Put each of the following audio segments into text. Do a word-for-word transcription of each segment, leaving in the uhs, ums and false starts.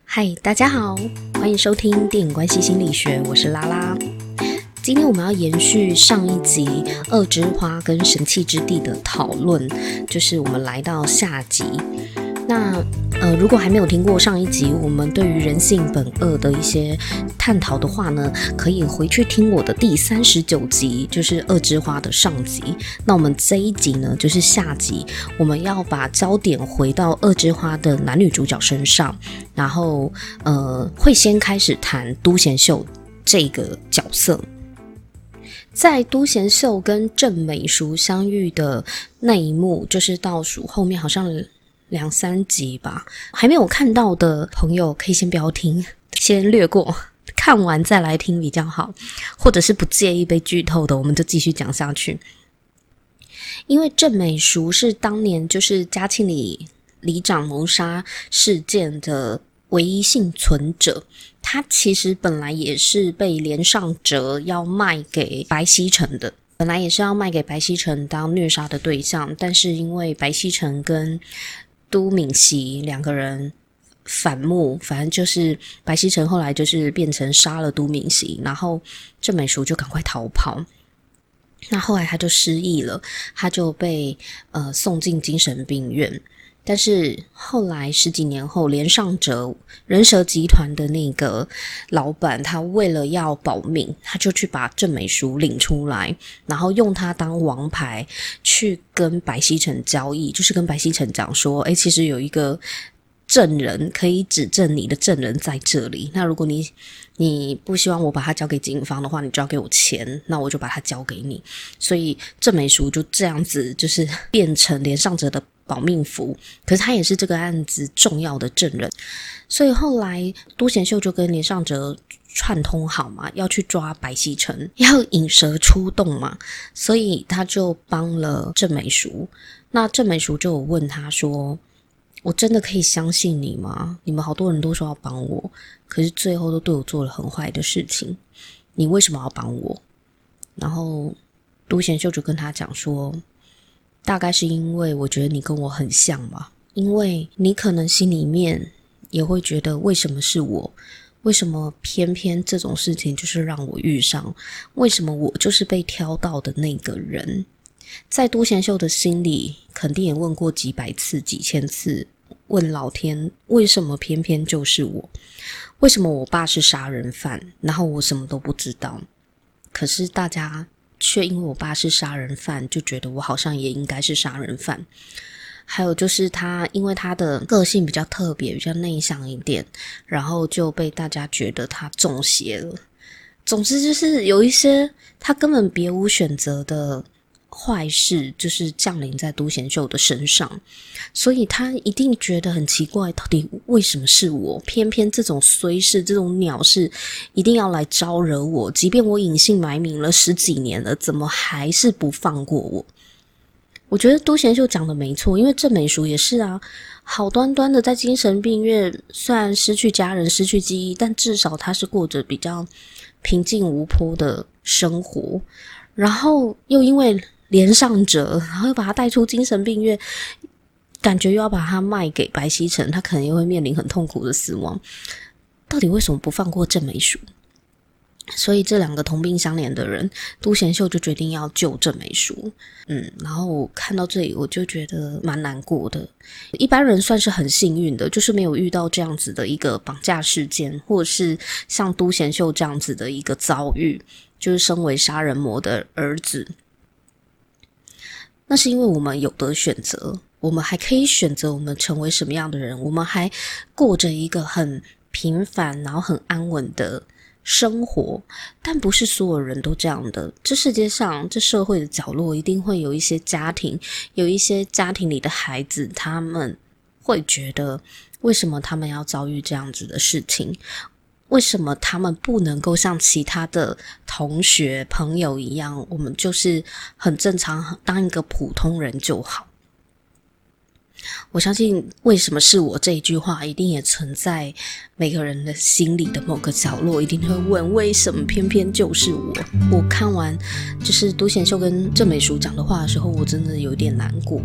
嗨，大家好，欢迎收听电影关系心理学，我是拉拉。今天我们要延续上一集恶之花跟神器之地的讨论，就是我们来到下集。那呃，如果还没有听过上一集我们对于人性本恶的一些探讨的话呢，可以回去听我的第三十九集，就是恶之花的上集。那我们这一集呢，就是下集，我们要把焦点回到恶之花的男女主角身上，然后呃，会先开始谈都贤秀这个角色。在都贤秀跟郑美淑相遇的那一幕，就是倒数后面好像两三集吧，还没有看到的朋友可以先不要听，先略过，看完再来听比较好，或者是不介意被剧透的，我们就继续讲下去。因为郑美淑是当年就是嘉庆里里长谋杀事件的唯一幸存者，他其实本来也是被连上哲要卖给白熙成的，本来也是要卖给白熙成当虐杀的对象，但是因为白熙成跟都敏熙两个人反目，反正就是白熙成后来就是变成杀了都敏熙，然后郑美淑就赶快逃跑。那后来他就失忆了，他就被呃送进精神病院。但是后来十几年后，连上哲人蛇集团的那个老板，他为了要保命，他就去把郑美淑领出来，然后用他当王牌去跟白熙成交易，就是跟白熙成讲说，诶，其实有一个证人可以指证你的证人在这里，那如果你你不希望我把他交给警方的话，你就要给我钱，那我就把他交给你。所以郑美淑就这样子就是变成连上哲的保命符，可是他也是这个案子重要的证人。所以后来都贤秀就跟连上哲串通好嘛，要去抓白熙成，要引蛇出洞嘛，所以他就帮了郑美淑。那郑美淑就有问他说，我真的可以相信你吗？你们好多人都说要帮我，可是最后都对我做了很坏的事情，你为什么要帮我？然后都贤秀就跟他讲说，大概是因为我觉得你跟我很像吧，因为你可能心里面也会觉得为什么是我，为什么偏偏这种事情就是让我遇上，为什么我就是被挑到的那个人。在都贤秀的心里肯定也问过几百次几千次，问老天为什么偏偏就是我，为什么我爸是杀人犯，然后我什么都不知道，可是大家却因为我爸是杀人犯就觉得我好像也应该是杀人犯。还有就是他因为他的个性比较特别，比较内向一点，然后就被大家觉得他中邪了。总之就是有一些他根本别无选择的坏事就是降临在都贤秀的身上，所以他一定觉得很奇怪，到底为什么是我，偏偏这种衰事这种鸟事一定要来招惹我，即便我隐姓埋名了十几年了，怎么还是不放过我。我觉得都贤秀讲的没错，因为郑美淑也是啊，好端端的在精神病院，虽然失去家人失去记忆，但至少他是过着比较平静无波的生活，然后又因为连上哲，然后又把他带出精神病院，感觉又要把他卖给白熙成，他可能又会面临很痛苦的死亡。到底为什么不放过郑美淑？所以这两个同病相怜的人，都贤秀就决定要救郑美淑。嗯，然后我看到这里我就觉得蛮难过的。一般人算是很幸运的，就是没有遇到这样子的一个绑架事件，或者是像都贤秀这样子的一个遭遇，就是身为杀人魔的儿子。那是因为我们有得选择，我们还可以选择我们成为什么样的人，我们还过着一个很平凡然后很安稳的生活，但不是所有人都这样的。这世界上这社会的角落一定会有一些家庭，有一些家庭里的孩子，他们会觉得为什么他们要遭遇这样子的事情，为什么他们不能够像其他的同学朋友一样，我们就是很正常当一个普通人就好。我相信为什么是我这一句话一定也存在每个人的心里的某个角落，一定会问为什么偏偏就是我。我看完就是都贤秀跟郑美淑讲的话的时候，我真的有点难过。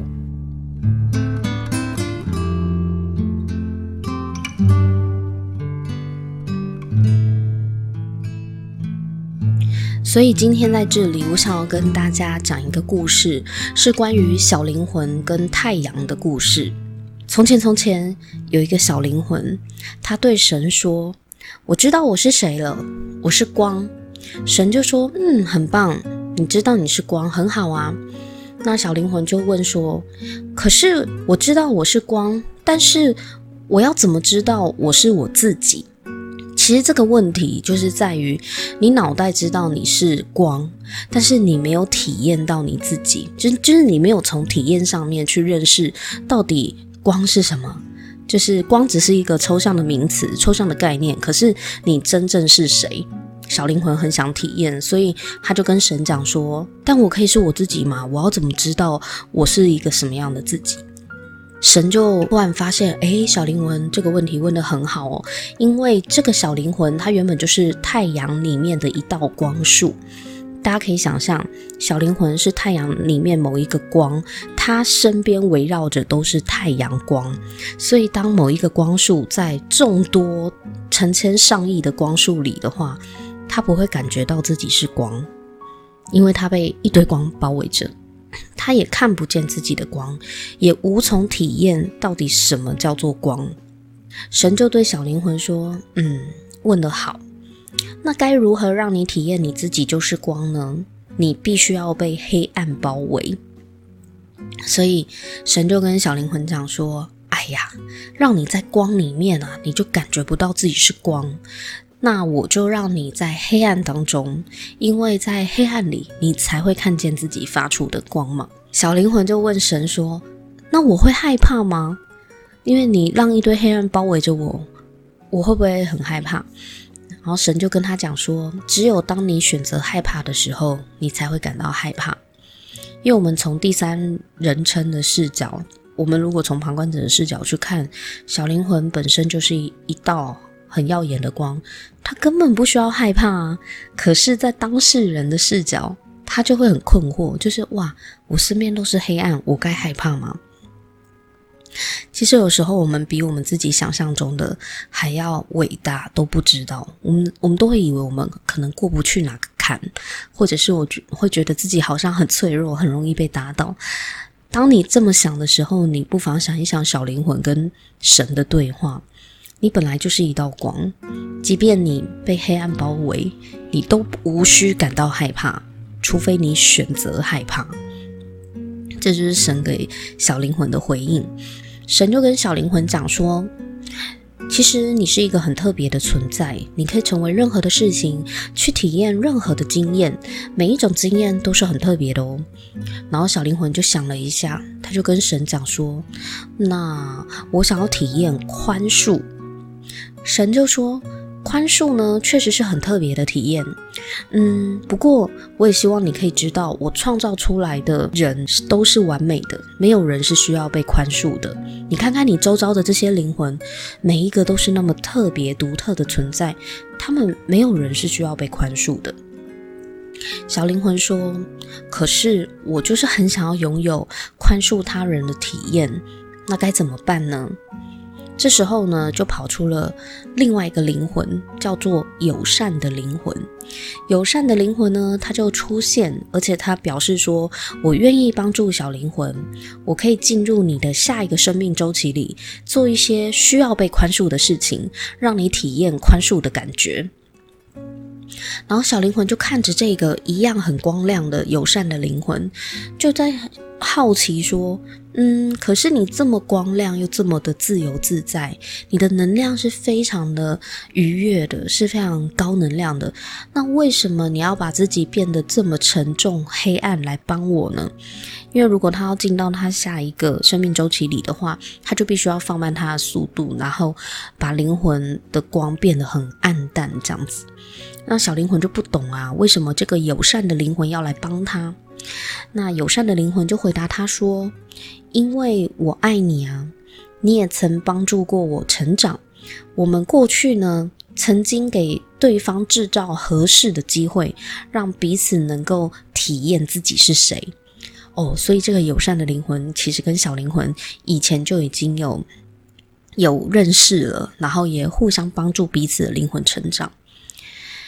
所以今天在这里，我想要跟大家讲一个故事，是关于小灵魂跟太阳的故事。从前从前有一个小灵魂，他对神说，我知道我是谁了，我是光。神就说，嗯，很棒，你知道你是光，很好啊。那小灵魂就问说，可是我知道我是光，但是我要怎么知道我是我自己？其实这个问题就是在于你脑袋知道你是光，但是你没有体验到你自己，就就是你没有从体验上面去认识到底光是什么。就是光只是一个抽象的名词，抽象的概念，可是你真正是谁？小灵魂很想体验，所以他就跟神讲说，但我可以是我自己吗？我要怎么知道我是一个什么样的自己？神就突然发现，诶，小灵魂这个问题问得很好哦，因为这个小灵魂它原本就是太阳里面的一道光束。大家可以想象，小灵魂是太阳里面某一个光，它身边围绕着都是太阳光，所以当某一个光束在众多成千上亿的光束里的话，它不会感觉到自己是光，因为它被一堆光包围着，他也看不见自己的光，也无从体验到底什么叫做光。神就对小灵魂说，嗯，问得好，那该如何让你体验你自己就是光呢？你必须要被黑暗包围。所以神就跟小灵魂讲说，哎呀，让你在光里面啊，你就感觉不到自己是光，那我就让你在黑暗当中，因为在黑暗里你才会看见自己发出的光芒。小灵魂就问神说，那我会害怕吗？因为你让一堆黑暗包围着我，我会不会很害怕？然后神就跟他讲说，只有当你选择害怕的时候，你才会感到害怕。因为我们从第三人称的视角，我们如果从旁观者的视角去看，小灵魂本身就是一道很耀眼的光，他根本不需要害怕啊。可是在当事人的视角，他就会很困惑，就是哇，我身边都是黑暗，我该害怕吗？其实有时候我们比我们自己想象中的还要伟大都不知道，我们我们都会以为我们可能过不去哪个坎，或者是我会觉得自己好像很脆弱，很容易被打倒。当你这么想的时候，你不妨想一想小灵魂跟神的对话。你本来就是一道光，即便你被黑暗包围，你都无需感到害怕，除非你选择害怕。这就是神给小灵魂的回应。神就跟小灵魂讲说，其实你是一个很特别的存在，你可以成为任何的事情，去体验任何的经验，每一种经验都是很特别的哦。然后小灵魂就想了一下，他就跟神讲说，那我想要体验宽恕。神就说，宽恕呢确实是很特别的体验，嗯，不过我也希望你可以知道，我创造出来的人都是完美的，没有人是需要被宽恕的。你看看你周遭的这些灵魂，每一个都是那么特别独特的存在，他们没有人是需要被宽恕的。小灵魂说，可是我就是很想要拥有宽恕他人的体验，那该怎么办呢？这时候呢，就跑出了另外一个灵魂，叫做友善的灵魂。友善的灵魂呢，它就出现，而且它表示说，我愿意帮助小灵魂，我可以进入你的下一个生命周期里，做一些需要被宽恕的事情，让你体验宽恕的感觉。然后小灵魂就看着这个一样很光亮的友善的灵魂，就在好奇说，嗯，可是你这么光亮又这么的自由自在，你的能量是非常的愉悦的，是非常高能量的，那为什么你要把自己变得这么沉重黑暗来帮我呢？因为如果他要进到他下一个生命周期里的话，他就必须要放慢他的速度，然后把灵魂的光变得很暗淡这样子。那小灵魂就不懂啊，为什么这个友善的灵魂要来帮他？那友善的灵魂就回答他说，因为我爱你啊，你也曾帮助过我成长，我们过去呢曾经给对方制造合适的机会，让彼此能够体验自己是谁。哦，所以这个友善的灵魂其实跟小灵魂以前就已经有有认识了，然后也互相帮助彼此的灵魂成长。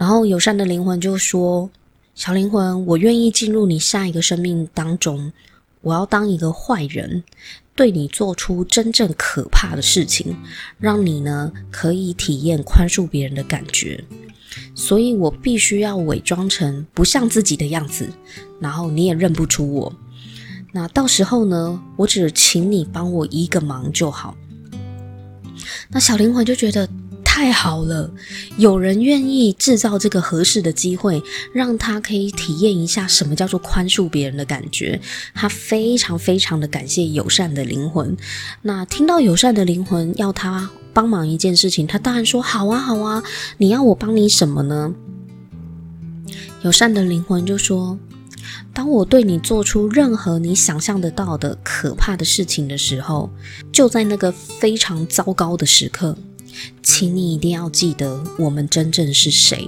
然后友善的灵魂就说，小灵魂，我愿意进入你下一个生命当中，我要当一个坏人，对你做出真正可怕的事情，让你呢可以体验宽恕别人的感觉。所以我必须要伪装成不像自己的样子，然后你也认不出我。那到时候呢，我只请你帮我一个忙就好。那小灵魂就觉得太好了，有人愿意制造这个合适的机会，让他可以体验一下什么叫做宽恕别人的感觉。他非常非常的感谢友善的灵魂。那听到友善的灵魂要他帮忙一件事情，他当然说好啊好啊，你要我帮你什么呢？友善的灵魂就说，当我对你做出任何你想象得到的可怕的事情的时候，就在那个非常糟糕的时刻，请你一定要记得我们真正是谁。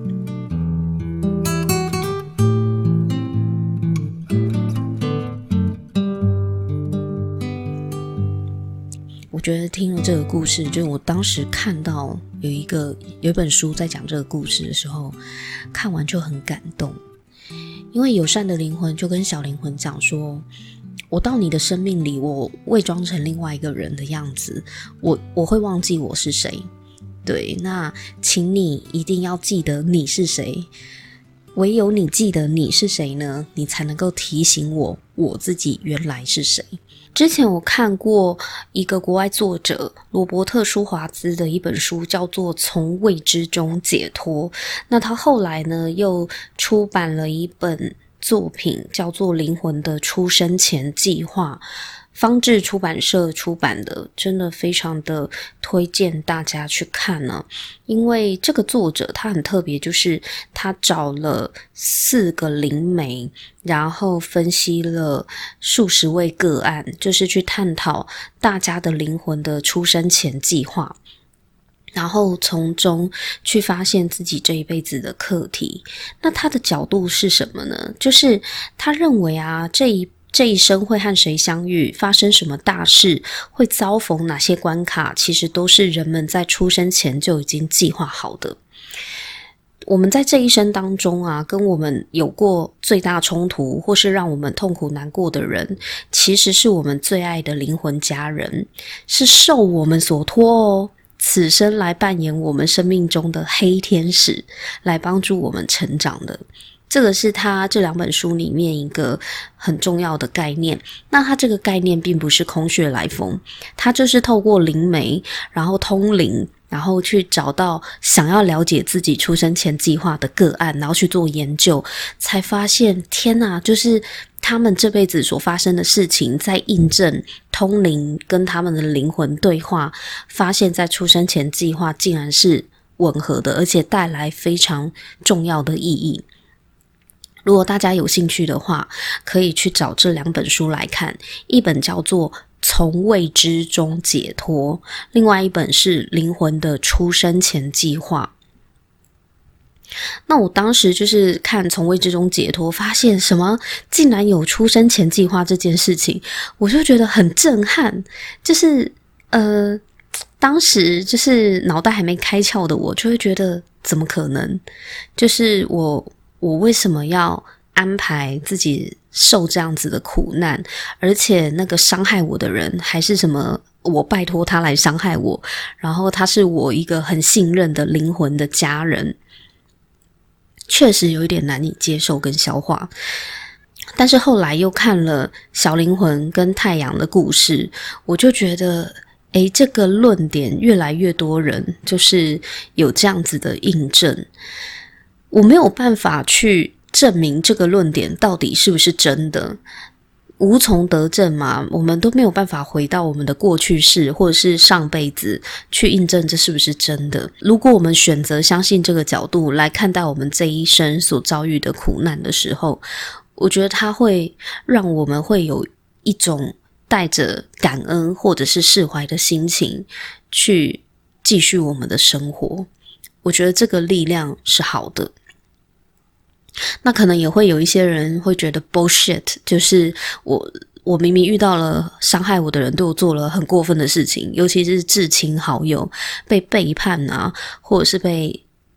我觉得听了这个故事，就是我当时看到有一个有一本书在讲这个故事的时候，看完就很感动。因为友善的灵魂就跟小灵魂讲说，我到你的生命里，我伪装成另外一个人的样子，我我会忘记我是谁。对，那请你一定要记得你是谁，唯有你记得你是谁呢，你才能够提醒我我自己原来是谁。之前我看过一个国外作者罗伯特舒华兹的一本书，叫做《从未知中解脱》。那他后来呢又出版了一本作品，叫做《灵魂的出生前计划》，方志出版社出版的，真的非常的推荐大家去看呢、啊。因为这个作者他很特别，就是他找了四个灵媒，然后分析了数十位个案，就是去探讨大家的灵魂的出生前计划，然后从中去发现自己这一辈子的课题。那他的角度是什么呢？就是他认为啊，这一这一生会和谁相遇，发生什么大事，会遭逢哪些关卡，其实都是人们在出生前就已经计划好的。我们在这一生当中啊，跟我们有过最大冲突或是让我们痛苦难过的人，其实是我们最爱的灵魂家人，是受我们所托哦，此生来扮演我们生命中的黑天使，来帮助我们成长的。这个是他这两本书里面一个很重要的概念。那他这个概念并不是空穴来风，他就是透过灵媒，然后通灵，然后去找到想要了解自己出生前计划的个案，然后去做研究，才发现天哪，就是他们这辈子所发生的事情在印证通灵跟他们的灵魂对话，发现在出生前计划竟然是吻合的，而且带来非常重要的意义。如果大家有兴趣的话，可以去找这两本书来看，一本叫做《从未知中解脱》，另外一本是《灵魂的出生前计划》。那我当时就是看《从未知中解脱》，发现什么竟然有出生前计划这件事情，我就觉得很震撼。就是呃，当时就是脑袋还没开窍的我，就会觉得怎么可能？就是我。我为什么要安排自己受这样子的苦难，而且那个伤害我的人还是什么我拜托他来伤害我，然后他是我一个很信任的灵魂的家人，确实有一点难以接受跟消化。但是后来又看了小灵魂跟太阳的故事，我就觉得诶，这个论点越来越多人就是有这样子的印证。我没有办法去证明这个论点到底是不是真的，无从得证嘛，我们都没有办法回到我们的过去式或者是上辈子去印证这是不是真的。如果我们选择相信这个角度来看待我们这一生所遭遇的苦难的时候，我觉得它会让我们会有一种带着感恩或者是释怀的心情去继续我们的生活。我觉得这个力量是好的。那可能也会有一些人会觉得 bullshit， 就是我我明明遇到了伤害我的人对我做了很过分的事情，尤其是至亲好友被背叛啊，或者是被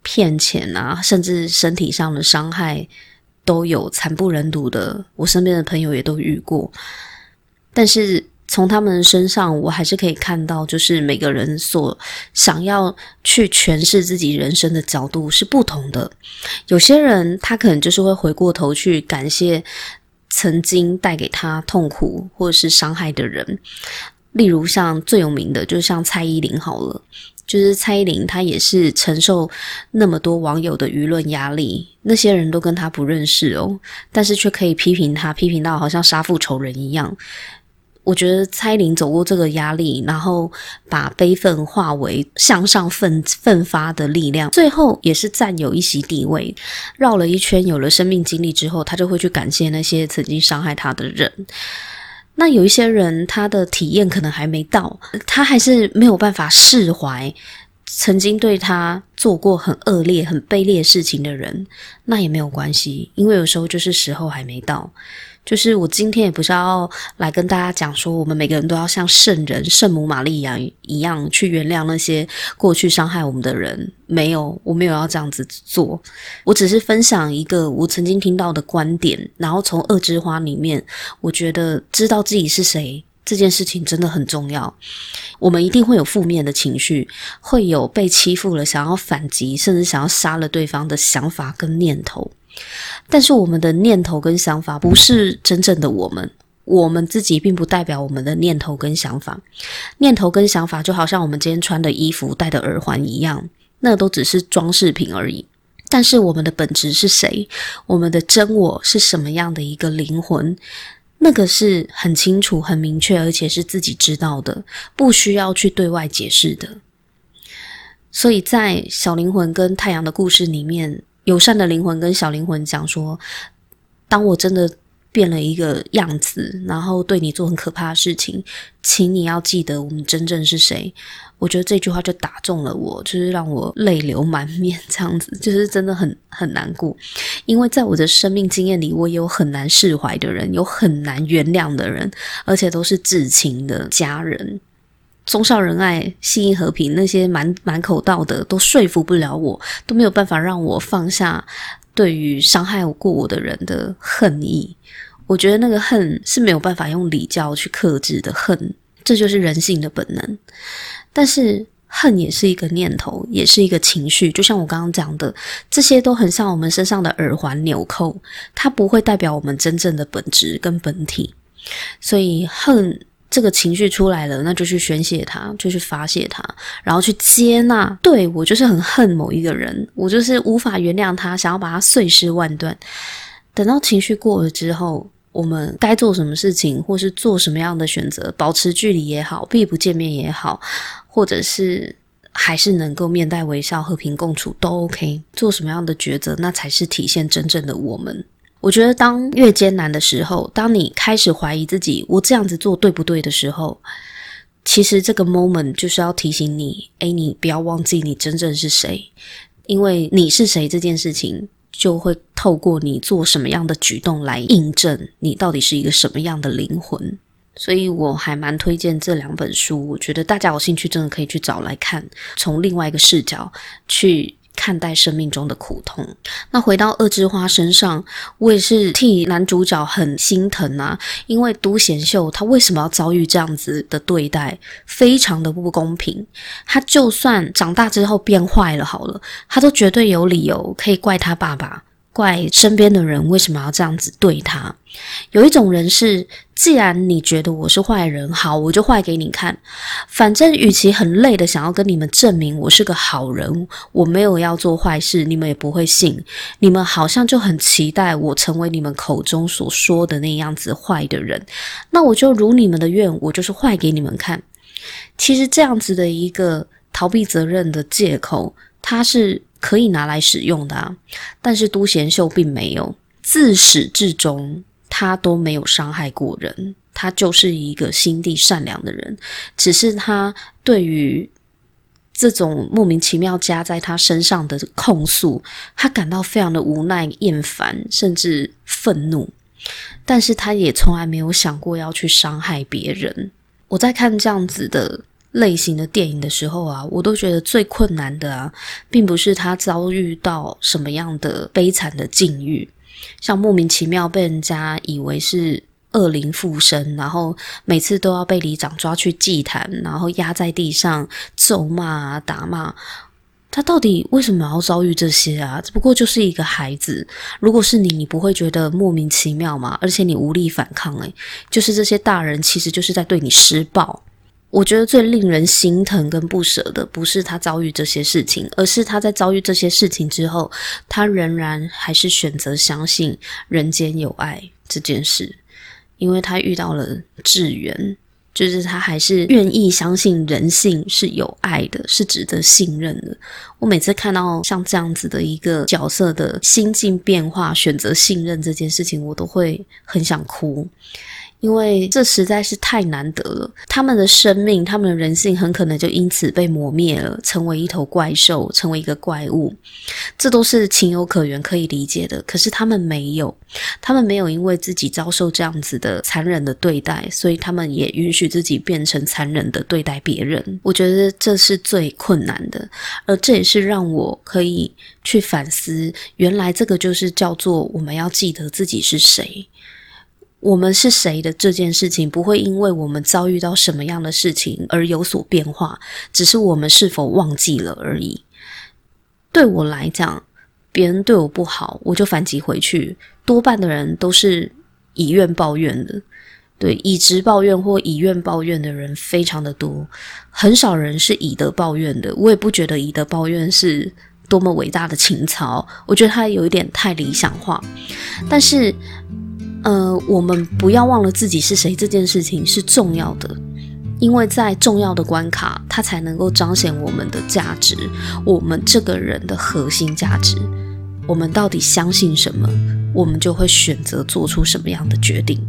骗钱啊，甚至身体上的伤害都有惨不忍睹的，我身边的朋友也都遇过。但是从他们身上我还是可以看到，就是每个人所想要去诠释自己人生的角度是不同的。有些人他可能就是会回过头去感谢曾经带给他痛苦或者是伤害的人，例如像最有名的就是像蔡依林好了，就是蔡依林她也是承受那么多网友的舆论压力，那些人都跟她不认识哦，但是却可以批评她，批评到好像杀父仇人一样。我觉得蔡依林走过这个压力，然后把悲愤化为向上奋奋发的力量，最后也是占有一席地位。绕了一圈，有了生命经历之后，他就会去感谢那些曾经伤害他的人。那有一些人他的体验可能还没到，他还是没有办法释怀曾经对他做过很恶劣很卑劣事情的人，那也没有关系，因为有时候就是时候还没到。就是我今天也不是要来跟大家讲说我们每个人都要像圣人圣母玛利亚一样去原谅那些过去伤害我们的人，没有，我没有要这样子做。我只是分享一个我曾经听到的观点，然后从恶之花里面我觉得知道自己是谁这件事情真的很重要。我们一定会有负面的情绪，会有被欺负了想要反击甚至想要杀了对方的想法跟念头，但是我们的念头跟想法不是真正的我们，我们自己并不代表我们的念头跟想法。念头跟想法就好像我们今天穿的衣服戴的耳环一样，那都只是装饰品而已。但是我们的本质是谁，我们的真我是什么样的一个灵魂，那个是很清楚很明确，而且是自己知道的，不需要去对外解释的。所以在小灵魂跟太阳的故事里面，友善的灵魂跟小灵魂讲说，当我真的变了一个样子，然后对你做很可怕的事情，请你要记得我们真正是谁。我觉得这句话就打中了我，就是让我泪流满面这样子，就是真的很很难过。因为在我的生命经验里，我也有很难释怀的人，有很难原谅的人，而且都是至亲的家人。忠孝仁爱信义和平那些满满口道的都说服不了我，都没有办法让我放下对于伤害过我的人的恨意。我觉得那个恨是没有办法用礼教去克制的恨，这就是人性的本能。但是恨也是一个念头，也是一个情绪，就像我刚刚讲的，这些都很像我们身上的耳环纽扣，它不会代表我们真正的本质跟本体。所以恨这个情绪出来了，那就去宣泄它，就去发泄它，然后去接纳，对，我就是很恨某一个人，我就是无法原谅他，想要把他碎尸万段。等到情绪过了之后，我们该做什么事情，或是做什么样的选择，保持距离也好，避不见面也好，或者是还是能够面带微笑和平共处都 OK， 做什么样的抉择，那才是体现真正的我们。我觉得当越艰难的时候，当你开始怀疑自己我这样子做对不对的时候，其实这个 moment 就是要提醒你，诶，你不要忘记你真正是谁。因为你是谁这件事情就会透过你做什么样的举动来印证你到底是一个什么样的灵魂。所以我还蛮推荐这两本书，我觉得大家有兴趣真的可以去找来看，从另外一个视角去看待生命中的苦痛。那回到恶之花身上，我也是替男主角很心疼啊，因为都贤秀他为什么要遭遇这样子的对待，非常的不公平。他就算长大之后变坏了好了，他都绝对有理由可以怪他爸爸，怪身边的人为什么要这样子对他。有一种人是，既然你觉得我是坏人，好，我就坏给你看，反正与其很累的想要跟你们证明我是个好人，我没有要做坏事，你们也不会信，你们好像就很期待我成为你们口中所说的那样子坏的人，那我就如你们的愿，我就是坏给你们看。其实这样子的一个逃避责任的借口，它是可以拿来使用的啊，但是都贤秀并没有，自始至终他都没有伤害过人，他就是一个心地善良的人，只是他对于这种莫名其妙加在他身上的控诉，他感到非常的无奈、厌烦，甚至愤怒，但是他也从来没有想过要去伤害别人。我在看这样子的类型的电影的时候啊，我都觉得最困难的啊，并不是他遭遇到什么样的悲惨的境遇，像莫名其妙被人家以为是恶灵附身，然后每次都要被里长抓去祭坛，然后压在地上咒骂啊打骂。他到底为什么要遭遇这些啊？只不过就是一个孩子，如果是你，你不会觉得莫名其妙吗？而且你无力反抗，诶，就是这些大人其实就是在对你施暴。我觉得最令人心疼跟不舍的不是他遭遇这些事情，而是他在遭遇这些事情之后，他仍然还是选择相信人间有爱这件事，因为他遇到了智源，就是他还是愿意相信人性是有爱的，是值得信任的。我每次看到像这样子的一个角色的心境变化，选择信任这件事情，我都会很想哭，因为这实在是太难得了。他们的生命，他们的人性很可能就因此被磨灭了，成为一头怪兽，成为一个怪物，这都是情有可原可以理解的。可是他们没有，他们没有因为自己遭受这样子的残忍的对待，所以他们也允许自己变成残忍的对待别人。我觉得这是最困难的，而这也是让我可以去反思，原来这个就是叫做我们要记得自己是谁。我们是谁的这件事情不会因为我们遭遇到什么样的事情而有所变化，只是我们是否忘记了而已。对我来讲，别人对我不好，我就反击回去，多半的人都是以怨报怨的。对，以直抱怨或以怨抱怨的人非常的多，很少人是以德报怨的。我也不觉得以德报怨是多么伟大的情操，我觉得它有一点太理想化。但是呃，我们不要忘了自己是谁这件事情是重要的，因为在重要的关卡，它才能够彰显我们的价值，我们这个人的核心价值。我们到底相信什么，我们就会选择做出什么样的决定。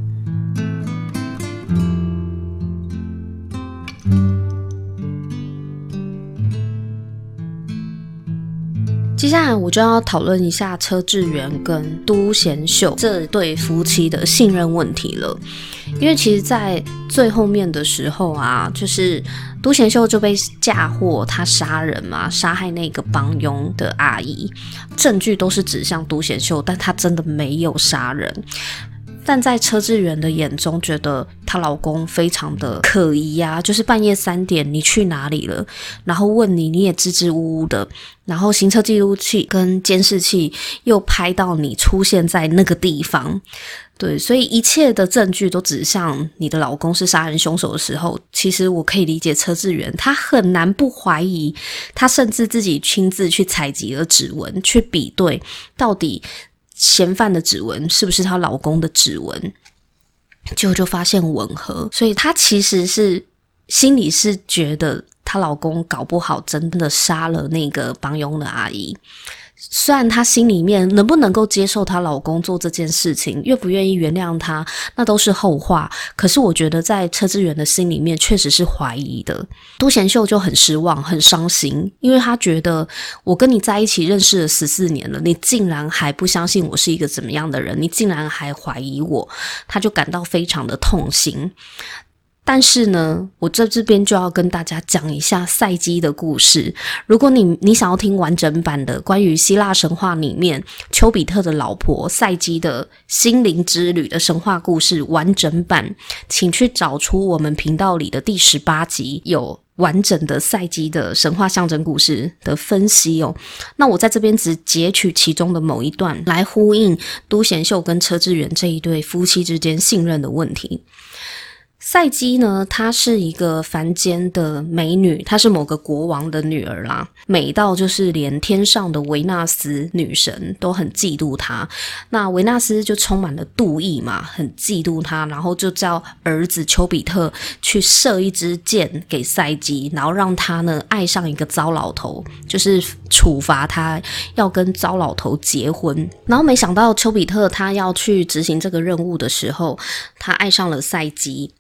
接下来我就要讨论一下车智源跟都贤秀这对夫妻的信任问题了。因为其实在最后面的时候啊，就是都贤秀就被嫁祸他杀人嘛，杀害那个帮佣的阿姨，证据都是指向都贤秀，但他真的没有杀人。但在车智源的眼中，觉得她老公非常的可疑啊，就是半夜三点你去哪里了，然后问你，你也支支吾吾的，然后行车记录器跟监视器又拍到你出现在那个地方。对，所以一切的证据都指向你的老公是杀人凶手的时候，其实我可以理解车智源他很难不怀疑，他甚至自己亲自去采集了指纹，去比对到底嫌犯的指纹是不是她老公的指纹，结果就发现吻合，所以她其实是心里是觉得她老公搞不好真的杀了那个帮佣的阿姨。虽然她心里面能不能够接受她老公做这件事情，愿不愿意原谅他，那都是后话。可是我觉得在车智源的心里面确实是怀疑的。都贤秀就很失望很伤心，因为她觉得我跟你在一起认识了十四年了，你竟然还不相信我是一个怎么样的人，你竟然还怀疑我，她就感到非常的痛心。但是呢，我在这边就要跟大家讲一下赛姬的故事。如果你你想要听完整版的关于希腊神话里面丘比特的老婆赛姬的心灵之旅的神话故事完整版，请去找出我们频道里的第十八集，有完整的赛姬的神话象征故事的分析哦。那我在这边只截取其中的某一段来呼应都贤秀跟车智源这一对夫妻之间信任的问题。赛姬呢，她是一个凡间的美女，她是某个国王的女儿啦，美到就是连天上的维纳斯女神都很嫉妒她。那维纳斯就充满了妒意嘛，很嫉妒她，然后就叫儿子丘比特去射一支箭给赛姬，然后让她呢爱上一个糟老头，就是处罚她要跟糟老头结婚。然后没想到丘比特他要去执行这个任务的时候，他爱上了赛姬。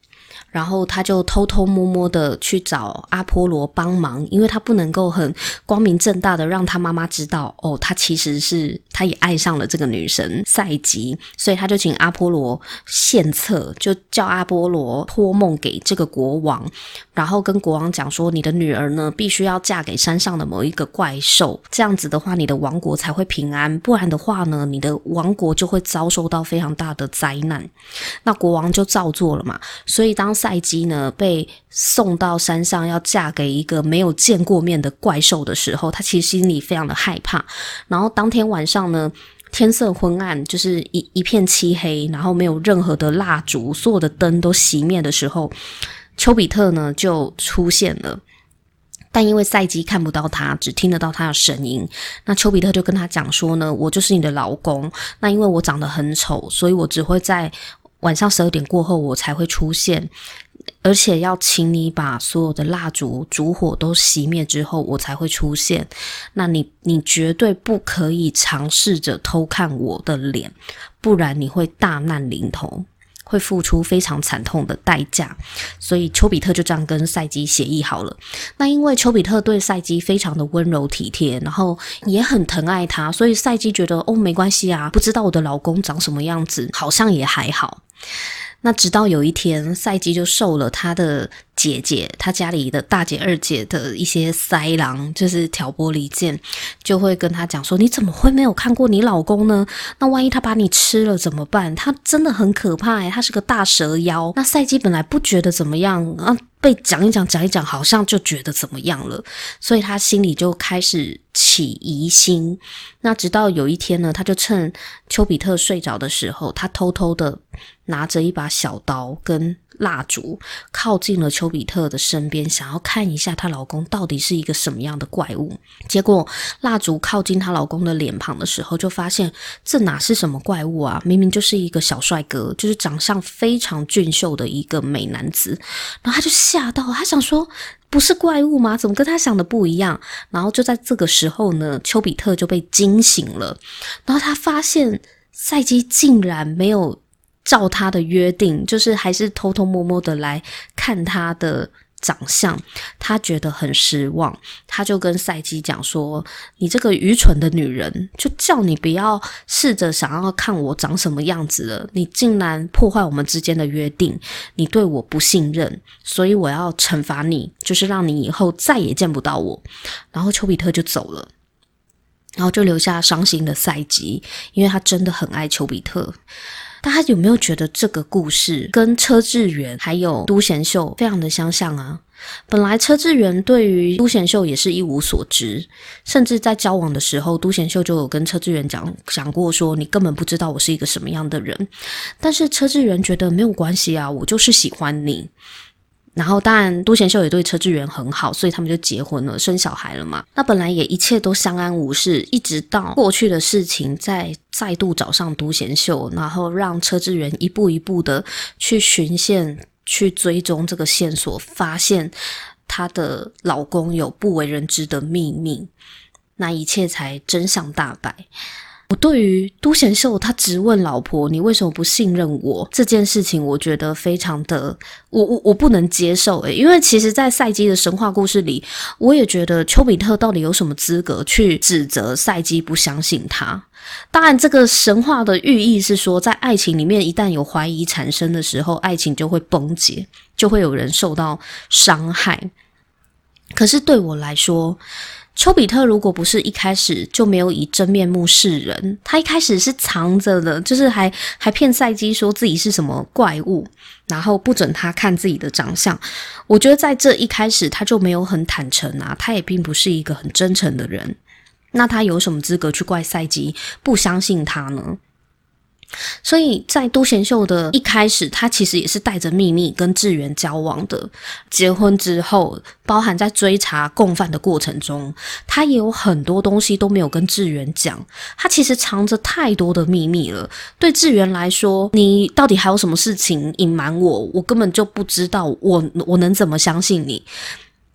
然后他就偷偷摸摸的去找阿波罗帮忙，因为他不能够很光明正大的让他妈妈知道，哦，他其实是他也爱上了这个女神赛姬，所以他就请阿波罗献策，就叫阿波罗托梦给这个国王，然后跟国王讲说，你的女儿呢必须要嫁给山上的某一个怪兽，这样子的话你的王国才会平安，不然的话呢你的王国就会遭受到非常大的灾难。那国王就照做了嘛，所以当赛姬呢被送到山上要嫁给一个没有见过面的怪兽的时候，他其实心里非常的害怕。然后当天晚上呢，天色昏暗，就是一一片漆黑，然后没有任何的蜡烛，所有的灯都熄灭的时候，丘比特呢就出现了。但因为赛姬看不到他，只听得到他的声音，那丘比特就跟他讲说呢，我就是你的老公，那因为我长得很丑，所以我只会在晚上十二点过后我才会出现，而且要请你把所有的蜡烛烛火都熄灭之后我才会出现，那你你绝对不可以尝试着偷看我的脸，不然你会大难临头，会付出非常惨痛的代价。所以丘比特就这样跟赛姬协议好了。那因为丘比特对赛姬非常的温柔体贴，然后也很疼爱她，所以赛姬觉得哦没关系啊，不知道我的老公长什么样子好像也还好。那直到有一天，赛姬就受了她的姐姐，她家里的大姐二姐的一些塞狼，就是挑拨离间，就会跟她讲说，你怎么会没有看过你老公呢？那万一他把你吃了怎么办？他真的很可怕耶，他是个大蛇妖。那赛姬本来不觉得怎么样啊，被讲一讲讲一讲好像就觉得怎么样了，所以他心里就开始起疑心。那直到有一天呢，他就趁丘比特睡着的时候，他偷偷的拿着一把小刀跟蜡烛靠近了丘比特的身边，想要看一下她老公到底是一个什么样的怪物。结果蜡烛靠近她老公的脸庞的时候，就发现这哪是什么怪物啊，明明就是一个小帅哥，就是长相非常俊秀的一个美男子。然后他就吓到，他想说不是怪物吗？怎么跟他想的不一样？然后就在这个时候呢，丘比特就被惊醒了，然后他发现赛姬竟然没有照他的约定，就是还是偷偷摸摸的来看他的长相，他觉得很失望。他就跟赛姬讲说，你这个愚蠢的女人，就叫你不要试着想要看我长什么样子了，你竟然破坏我们之间的约定，你对我不信任，所以我要惩罚你，就是让你以后再也见不到我。然后丘比特就走了，然后就留下伤心的赛姬，因为他真的很爱丘比特。大家有没有觉得这个故事跟车志远还有都贤秀非常的相像啊？本来车志远对于都贤秀也是一无所知，甚至在交往的时候，都贤秀就有跟车志远讲讲过说，你根本不知道我是一个什么样的人。但是车志远觉得没有关系啊，我就是喜欢你。然后当然都贤秀也对车志远很好，所以他们就结婚了，生小孩了嘛。那本来也一切都相安无事，一直到过去的事情再再度找上都贤秀，然后让车志远一步一步的去循线，去追踪这个线索，发现她的老公有不为人知的秘密，那一切才真相大白。我对于都贤秀他直问老婆你为什么不信任我这件事情，我觉得非常的我我我不能接受诶，因为其实在赛姬的神话故事里，我也觉得丘比特到底有什么资格去指责赛姬不相信他。当然这个神话的寓意是说，在爱情里面一旦有怀疑产生的时候，爱情就会崩解，就会有人受到伤害。可是对我来说，丘比特如果不是一开始就没有以真面目示人，他一开始是藏着的，就是还还骗赛姬说自己是什么怪物，然后不准他看自己的长相。我觉得在这一开始他就没有很坦诚啊，他也并不是一个很真诚的人。那他有什么资格去怪赛姬不相信他呢？所以在都贤秀的一开始，他其实也是带着秘密跟志远交往的。结婚之后，包含在追查共犯的过程中，他也有很多东西都没有跟志远讲，他其实藏着太多的秘密了。对志远来说，你到底还有什么事情隐瞒我，我根本就不知道，我我能怎么相信你？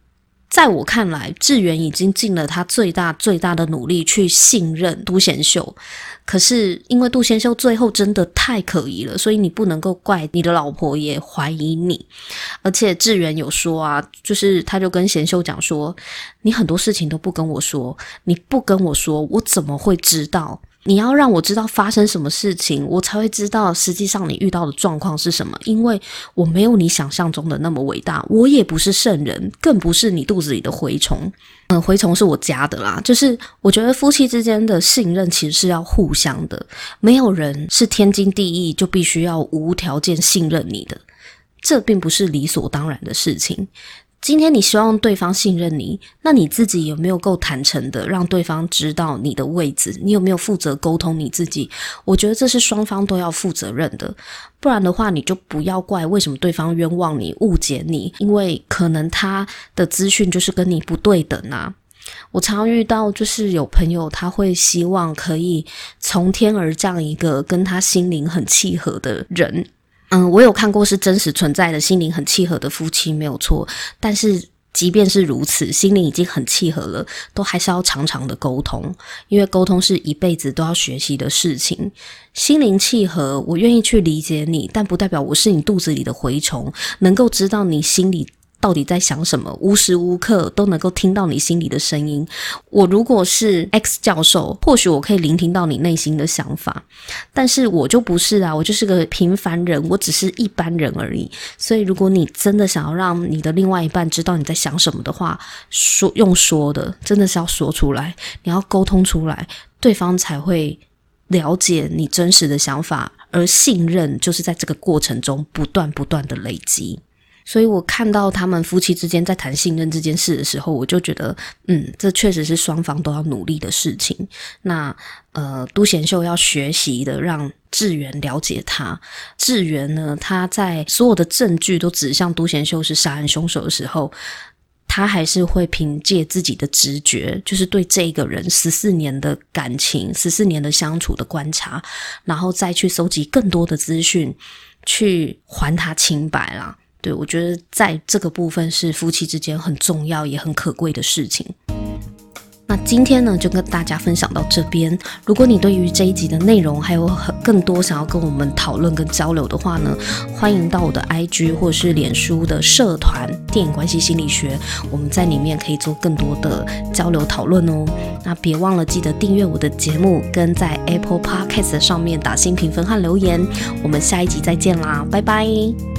在我看来，志远已经尽了他最大最大的努力去信任都贤秀，可是因为杜贤秀最后真的太可疑了，所以你不能够怪你的老婆也怀疑你。而且志远有说啊，就是他就跟贤秀讲说，你很多事情都不跟我说，你不跟我说，我怎么会知道？你要让我知道发生什么事情，我才会知道实际上你遇到的状况是什么。因为我没有你想象中的那么伟大，我也不是圣人，更不是你肚子里的蛔虫。嗯，蛔虫是我家的啦。就是我觉得夫妻之间的信任其实是要互相的，没有人是天经地义就必须要无条件信任你的，这并不是理所当然的事情。今天你希望对方信任你，那你自己有没有够坦诚的让对方知道你的位置？你有没有负责沟通你自己？我觉得这是双方都要负责任的，不然的话你就不要怪为什么对方冤枉你、误解你，因为可能他的资讯就是跟你不对等啊。我常遇到就是有朋友他会希望可以从天而降一个跟他心灵很契合的人。嗯，我有看过是真实存在的心灵很契合的夫妻，没有错。但是即便是如此，心灵已经很契合了，都还是要常常的沟通，因为沟通是一辈子都要学习的事情。心灵契合，我愿意去理解你，但不代表我是你肚子里的蛔虫，能够知道你心里到底在想什么，无时无刻都能够听到你心里的声音。我如果是 X 教授，或许我可以聆听到你内心的想法，但是我就不是啊，我就是个平凡人，我只是一般人而已。所以如果你真的想要让你的另外一半知道你在想什么的话，说用说的，真的是要说出来，你要沟通出来，对方才会了解你真实的想法，而信任就是在这个过程中不断不断的累积。所以我看到他们夫妻之间在谈信任这件事的时候，我就觉得嗯，这确实是双方都要努力的事情。那呃，都贤秀要学习的让志远了解他。志远呢，他在所有的证据都指向都贤秀是杀人凶手的时候，他还是会凭借自己的直觉，就是对这个人十四年的感情、十四年的相处的观察，然后再去搜集更多的资讯，去还他清白啦。对，我觉得在这个部分是夫妻之间很重要也很可贵的事情。那今天呢，就跟大家分享到这边。如果你对于这一集的内容还有更多想要跟我们讨论跟交流的话呢，欢迎到我的 I G 或是脸书的社团电影关系心理学，我们在里面可以做更多的交流讨论哦。那别忘了记得订阅我的节目，跟在 Apple Podcast 上面打新评分和留言。我们下一集再见啦，拜拜。